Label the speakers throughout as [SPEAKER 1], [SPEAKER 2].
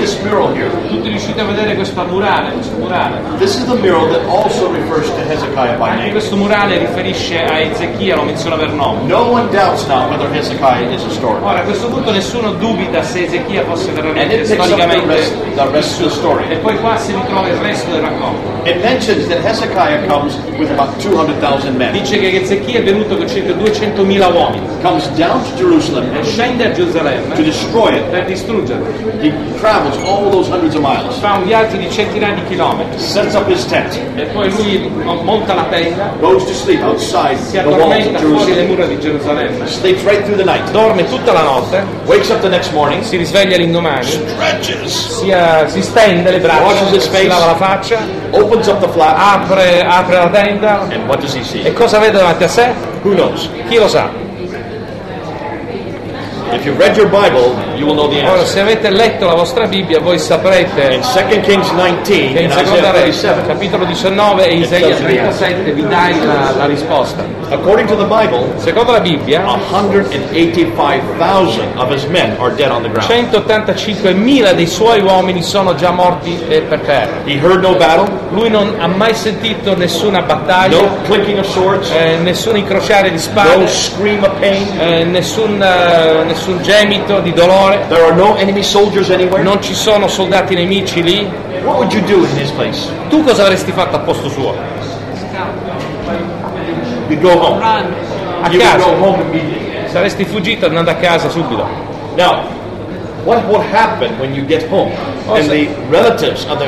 [SPEAKER 1] this mural here?
[SPEAKER 2] Tutti riuscite a vedere questo murale?
[SPEAKER 1] This is the mural that also refers to Hezekiah by
[SPEAKER 2] Anche
[SPEAKER 1] name.
[SPEAKER 2] questo murale riferisce a Ezechia, lo menziona per nome.
[SPEAKER 1] No one doubts now whether Hezekiah is historical.
[SPEAKER 2] Ora, a questo punto nessuno dubita se Ezechia fosse
[SPEAKER 1] And
[SPEAKER 2] veramente
[SPEAKER 1] it picks up
[SPEAKER 2] storicamente
[SPEAKER 1] the rest of the story.
[SPEAKER 2] e poi qua si ritrova il resto del racconto.
[SPEAKER 1] It mentions that Hezekiah comes with about 200,000 men.
[SPEAKER 2] Dice che Ezechia è venuto con circa 200.000 uomini
[SPEAKER 1] Comes down to Jerusalem
[SPEAKER 2] e scende a Gerusalemme
[SPEAKER 1] to destroy it.
[SPEAKER 2] per distruggerlo.
[SPEAKER 1] He travels all those hundreds of miles,
[SPEAKER 2] Fa un viaggio di centinaia di chilometri
[SPEAKER 1] sets up his tent,
[SPEAKER 2] e poi lui monta la tenda,
[SPEAKER 1] goes to sleep outside
[SPEAKER 2] si
[SPEAKER 1] the walls of
[SPEAKER 2] addormenta fuori le
[SPEAKER 1] Jerusalem,
[SPEAKER 2] mura di Gerusalemme,
[SPEAKER 1] sleeps right through the night,
[SPEAKER 2] dorme tutta la notte,
[SPEAKER 1] wakes up the next morning,
[SPEAKER 2] si risveglia l'indomani,
[SPEAKER 1] stretches,
[SPEAKER 2] si stende le braccia,
[SPEAKER 1] Washes his face.
[SPEAKER 2] si lava la faccia,
[SPEAKER 1] opens up the flap,
[SPEAKER 2] apre la tenda
[SPEAKER 1] and what does he see?
[SPEAKER 2] e cosa vede davanti a sé?
[SPEAKER 1] Who knows?
[SPEAKER 2] Chi lo sa?
[SPEAKER 1] If you've read your Bible, you will know the
[SPEAKER 2] Ora,
[SPEAKER 1] answer.
[SPEAKER 2] se avete letto la vostra Bibbia, voi saprete
[SPEAKER 1] In 2 Kings 19
[SPEAKER 2] che in
[SPEAKER 1] and
[SPEAKER 2] Seconda
[SPEAKER 1] Isaiah
[SPEAKER 2] Re,
[SPEAKER 1] 37,
[SPEAKER 2] capitolo 19 e Isaia 37 vi dai la risposta.
[SPEAKER 1] according to the Bible,
[SPEAKER 2] Secondo la Bibbia,
[SPEAKER 1] 185,000 of his men are dead on the ground.
[SPEAKER 2] 185.000 dei suoi uomini sono già morti per terra.
[SPEAKER 1] He heard no battle,
[SPEAKER 2] Lui non ha mai sentito nessuna battaglia,
[SPEAKER 1] no clinking of swords,
[SPEAKER 2] nessun incrociare di
[SPEAKER 1] no
[SPEAKER 2] spade,
[SPEAKER 1] scream of pain.
[SPEAKER 2] nessun gemito di dolore.
[SPEAKER 1] There are no enemy soldiers anywhere.
[SPEAKER 2] Non ci sono soldati nemici lì.
[SPEAKER 1] What would you do in his place?
[SPEAKER 2] Tu cosa avresti fatto a posto suo?
[SPEAKER 1] You'd go home.
[SPEAKER 2] A
[SPEAKER 1] You would
[SPEAKER 2] casa.
[SPEAKER 1] go home immediately.
[SPEAKER 2] Saresti fuggito andando a casa subito.
[SPEAKER 1] Now, what will happen when you get home? And the relatives of the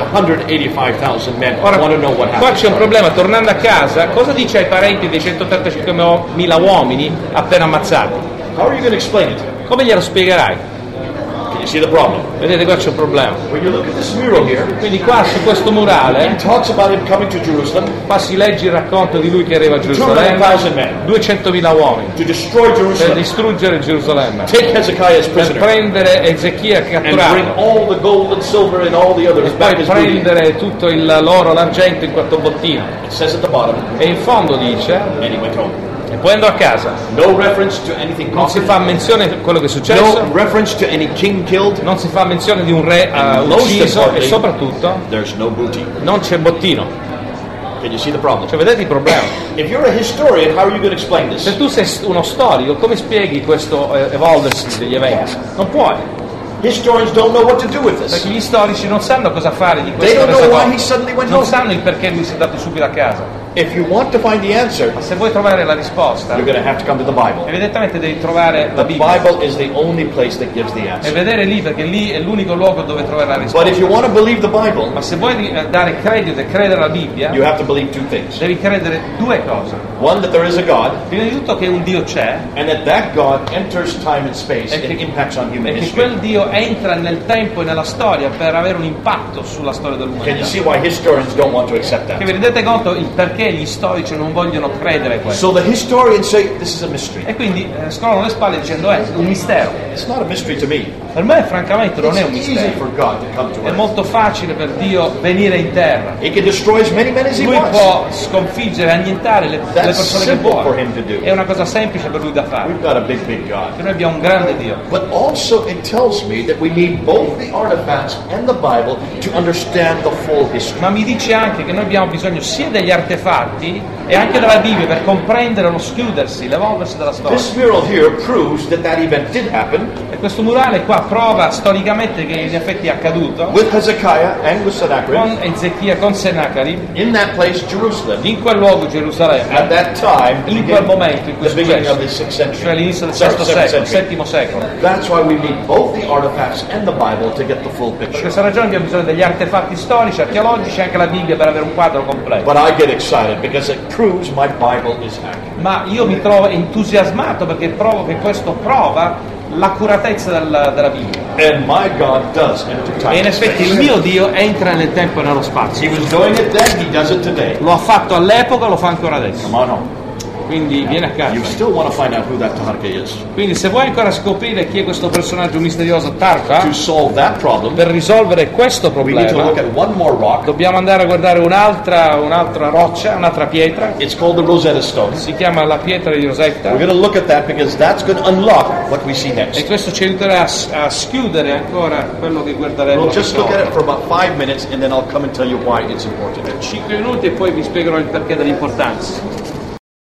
[SPEAKER 1] 185,000 men
[SPEAKER 2] Ora,
[SPEAKER 1] want to know what
[SPEAKER 2] qua c'è un
[SPEAKER 1] happened.
[SPEAKER 2] problema. Tornando a casa, cosa dice ai parenti dei 185.000 uomini appena ammazzati?
[SPEAKER 1] How are you going to explain it?
[SPEAKER 2] Come glielo spiegherai?
[SPEAKER 1] Can you see the problem?
[SPEAKER 2] Vedete, qua c'è un problema.
[SPEAKER 1] When you look at this mural here,
[SPEAKER 2] Quindi qua su questo
[SPEAKER 1] it
[SPEAKER 2] murale,
[SPEAKER 1] talks about him coming to Jerusalem
[SPEAKER 2] qua si legge il racconto di lui che arriva a Gerusalemme,
[SPEAKER 1] 200,000 men
[SPEAKER 2] 200.000 uomini,
[SPEAKER 1] to destroy
[SPEAKER 2] per
[SPEAKER 1] Jerusalem,
[SPEAKER 2] distruggere Gerusalemme,
[SPEAKER 1] take Hezekiah as
[SPEAKER 2] per
[SPEAKER 1] prisoner,
[SPEAKER 2] prendere Ezechia
[SPEAKER 1] and bring
[SPEAKER 2] catturato
[SPEAKER 1] all the gold and silver and all the others
[SPEAKER 2] e
[SPEAKER 1] back
[SPEAKER 2] poi
[SPEAKER 1] as booty.
[SPEAKER 2] prendere tutto l'oro, l'argento in questo bottino.
[SPEAKER 1] It says at the bottom,
[SPEAKER 2] E in fondo dice,
[SPEAKER 1] and he went home.
[SPEAKER 2] e poi andò a casa.
[SPEAKER 1] No reference to anything
[SPEAKER 2] Non si
[SPEAKER 1] conquered,
[SPEAKER 2] fa menzione di quello che è successo,
[SPEAKER 1] no reference to any king killed.
[SPEAKER 2] non si fa menzione di un re
[SPEAKER 1] most
[SPEAKER 2] ucciso e
[SPEAKER 1] importantly,
[SPEAKER 2] soprattutto
[SPEAKER 1] There's no booty.
[SPEAKER 2] non c'è bottino.
[SPEAKER 1] Can you see the problem?
[SPEAKER 2] Cioè, vedete il problema?
[SPEAKER 1] If you're a historian, how are you going to explain this?
[SPEAKER 2] Se tu sei uno storico, come spieghi questo evolversi degli eventi? Non puoi,
[SPEAKER 1] Historians don't know what to do with this.
[SPEAKER 2] perché gli storici non sanno cosa fare di
[SPEAKER 1] They
[SPEAKER 2] questa
[SPEAKER 1] don't know why he
[SPEAKER 2] cosa.
[SPEAKER 1] suddenly went
[SPEAKER 2] Non
[SPEAKER 1] home.
[SPEAKER 2] sanno il perché lui sia andato subito a casa.
[SPEAKER 1] If you want to find the answer,
[SPEAKER 2] Ma se vuoi trovare la risposta,
[SPEAKER 1] you're going to have to come to the Bible.
[SPEAKER 2] evidentemente devi trovare la
[SPEAKER 1] The
[SPEAKER 2] Bibbia
[SPEAKER 1] Bible is the only place that gives the
[SPEAKER 2] e
[SPEAKER 1] answer.
[SPEAKER 2] vedere lì, perché lì è l'unico luogo dove trovare la
[SPEAKER 1] But
[SPEAKER 2] risposta.
[SPEAKER 1] if you want to believe the Bible,
[SPEAKER 2] Ma se vuoi dare credito e credere alla Bibbia,
[SPEAKER 1] you have to believe two things.
[SPEAKER 2] devi credere due cose.
[SPEAKER 1] One, that there is a God,
[SPEAKER 2] Prima di tutto che un Dio c'è
[SPEAKER 1] and that God enters time and space
[SPEAKER 2] E
[SPEAKER 1] and
[SPEAKER 2] che-
[SPEAKER 1] impacts on human
[SPEAKER 2] e che
[SPEAKER 1] history.
[SPEAKER 2] quel Dio entra nel tempo e nella storia per avere un impatto sulla storia
[SPEAKER 1] Can you
[SPEAKER 2] dell'umanità.
[SPEAKER 1] see why historians don't want to accept
[SPEAKER 2] Che
[SPEAKER 1] that?
[SPEAKER 2] vi rendete conto il perché gli storici non vogliono credere questo?
[SPEAKER 1] So the historians say this is a mystery.
[SPEAKER 2] E quindi scrollano le spalle dicendo è un mistero.
[SPEAKER 1] It's not a mystery to me.
[SPEAKER 2] Per me francamente non è un
[SPEAKER 1] It's easy
[SPEAKER 2] mistero.
[SPEAKER 1] for God to come to
[SPEAKER 2] È
[SPEAKER 1] earth.
[SPEAKER 2] molto facile per Dio venire in terra.
[SPEAKER 1] He can destroy as many men as he
[SPEAKER 2] Lui
[SPEAKER 1] wants.
[SPEAKER 2] può sconfiggere, annientare le
[SPEAKER 1] That's
[SPEAKER 2] persone che
[SPEAKER 1] simple for
[SPEAKER 2] vuole.
[SPEAKER 1] him to do.
[SPEAKER 2] È una cosa semplice per lui da fare.
[SPEAKER 1] We've got a big, big God.
[SPEAKER 2] Perché noi abbiamo un grande Dio.
[SPEAKER 1] But also it tells me that we need both the artifacts and the Bible to understand the full history.
[SPEAKER 2] Ma mi dice anche che noi abbiamo bisogno sia degli artefatti e anche della Bibbia per comprendere lo schiudersi, l'evolversi della storia.
[SPEAKER 1] This mural here proves that that event did happen
[SPEAKER 2] E questo murale qua prova storicamente che in effetti è accaduto
[SPEAKER 1] with Hezekiah and with Sennacherib
[SPEAKER 2] con Ezechia, con Sennacherib,
[SPEAKER 1] in that place, Jerusalem.
[SPEAKER 2] in quel luogo Gerusalemme,
[SPEAKER 1] At that time, the
[SPEAKER 2] in quel momento in cui è
[SPEAKER 1] the beginning of the
[SPEAKER 2] successo,
[SPEAKER 1] 6th century.
[SPEAKER 2] cioè all'inizio del
[SPEAKER 1] Sorry,
[SPEAKER 2] VI
[SPEAKER 1] 7th
[SPEAKER 2] secolo,
[SPEAKER 1] century.
[SPEAKER 2] VII secolo.
[SPEAKER 1] That's why we need both the artifacts and the Bible to get the full
[SPEAKER 2] Per
[SPEAKER 1] picture.
[SPEAKER 2] questa ragione abbiamo bisogno degli artefatti storici, archeologici e anche la Bibbia per avere un quadro completo.
[SPEAKER 1] But I get excited because it proves my Bible is accurate.
[SPEAKER 2] Ma io mi trovo entusiasmato perché provo che questo prova l'accuratezza della Bibbia.
[SPEAKER 1] And my God does enter
[SPEAKER 2] E
[SPEAKER 1] time
[SPEAKER 2] in
[SPEAKER 1] and
[SPEAKER 2] effetti il
[SPEAKER 1] space.
[SPEAKER 2] mio Dio entra nel tempo e nello
[SPEAKER 1] He
[SPEAKER 2] spazio.
[SPEAKER 1] was doing it then, he does it today.
[SPEAKER 2] Lo ha fatto all'epoca, lo fa ancora adesso.
[SPEAKER 1] Come on home.
[SPEAKER 2] Quindi vieni a casa.
[SPEAKER 1] You still want to find out who that Taharqa is.
[SPEAKER 2] Quindi se vuoi ancora scoprire chi è questo personaggio misterioso Tarka,
[SPEAKER 1] To solve that problem,
[SPEAKER 2] per risolvere questo
[SPEAKER 1] we need to look
[SPEAKER 2] problema
[SPEAKER 1] at one more rock.
[SPEAKER 2] dobbiamo andare a guardare un'altra roccia, un'altra pietra.
[SPEAKER 1] It's called the Rosetta Stone.
[SPEAKER 2] Si chiama la pietra di Rosetta.
[SPEAKER 1] We're going to look at that because that's going to unlock what we see next.
[SPEAKER 2] E questo ci aiuterà a schiudere ancora quello che guarderemo.
[SPEAKER 1] We'll just look at it
[SPEAKER 2] dopo.
[SPEAKER 1] for about 5 minutes and then I'll come and tell you why it's important.
[SPEAKER 2] 5 minuti e poi vi spiegherò il perché dell'importanza.